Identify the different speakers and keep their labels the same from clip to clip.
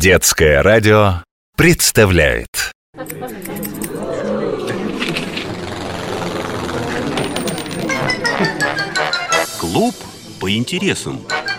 Speaker 1: Детское радио представляет.
Speaker 2: Клуб по интересам.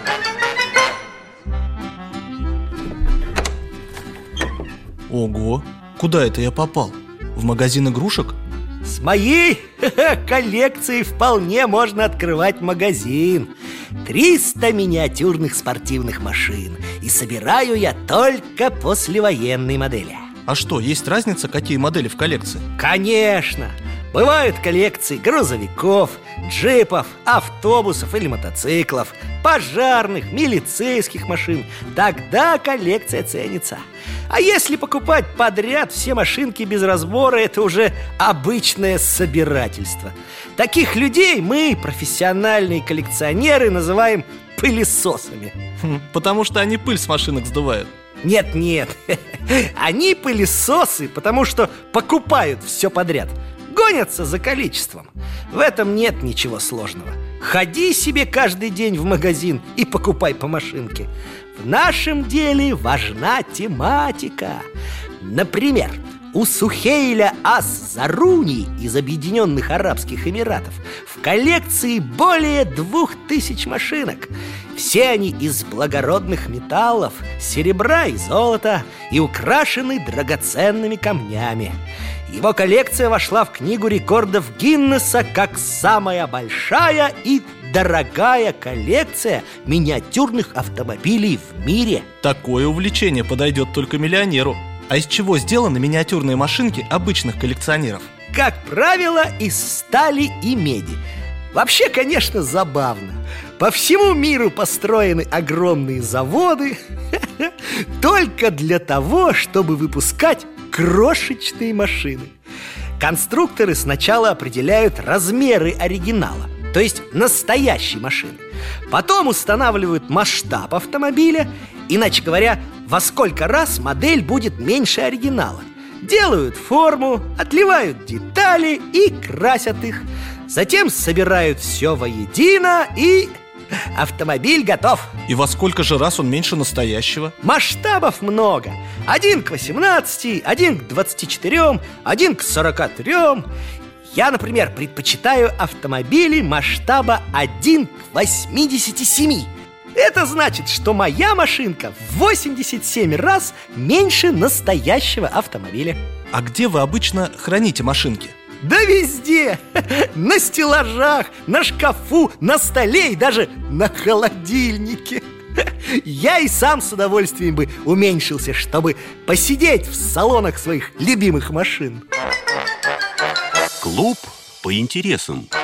Speaker 3: Ого, куда это я попал? В магазин игрушек?
Speaker 4: С моей коллекцией вполне можно открывать магазин. 300 миниатюрных спортивных машин. И собираю я только послевоенной модели.
Speaker 3: А что, есть разница, какие модели в коллекции?
Speaker 4: Конечно! Бывают коллекции грузовиков, джипов, автобусов или мотоциклов, пожарных, милицейских машин. Тогда коллекция ценится. А если покупать подряд все машинки без разбора, это уже обычное собирательство. Таких людей мы, профессиональные коллекционеры, называем пылесосами.
Speaker 3: Потому что они пыль с машинок сдувают.
Speaker 4: Нет, они пылесосы, потому что покупают все подряд. Гонятся за количеством. В этом нет ничего сложного. Ходи себе каждый день в магазин и покупай по машинке. В нашем деле важна тематика. Например, у Сухейля Ас-Заруни из Объединенных Арабских Эмиратов в коллекции более 2000 машинок. Все они из благородных металлов, серебра и золота, и украшены драгоценными камнями. Его коллекция вошла в книгу рекордов Гиннесса как самая большая и дорогая коллекция миниатюрных автомобилей в мире.
Speaker 3: Такое увлечение подойдет только миллионеру. А из чего сделаны миниатюрные машинки обычных коллекционеров?
Speaker 4: Как правило, из стали и меди. Вообще, конечно, забавно. По всему миру построены огромные заводы только для того, чтобы выпускать крошечные машины. Конструкторы сначала определяют размеры оригинала, то есть настоящей машины. Потом устанавливают масштаб автомобиля, иначе говоря, во сколько раз модель будет меньше оригинала. Делают форму, отливают детали и красят их. Затем собирают все воедино, и автомобиль готов.
Speaker 3: И во сколько же раз он меньше настоящего?
Speaker 4: Масштабов много. 1 к 18, 1 к 24, 1 к 43. Я, например, предпочитаю автомобили масштаба 1 к 87. Это значит, что моя машинка в 87 раз меньше настоящего автомобиля.
Speaker 3: А где вы обычно храните машинки?
Speaker 4: Да везде! На стеллажах, на шкафу, на столе и даже на холодильнике. Я и сам с удовольствием бы уменьшился, чтобы посидеть в салонах своих любимых машин.
Speaker 2: Клуб по интересам.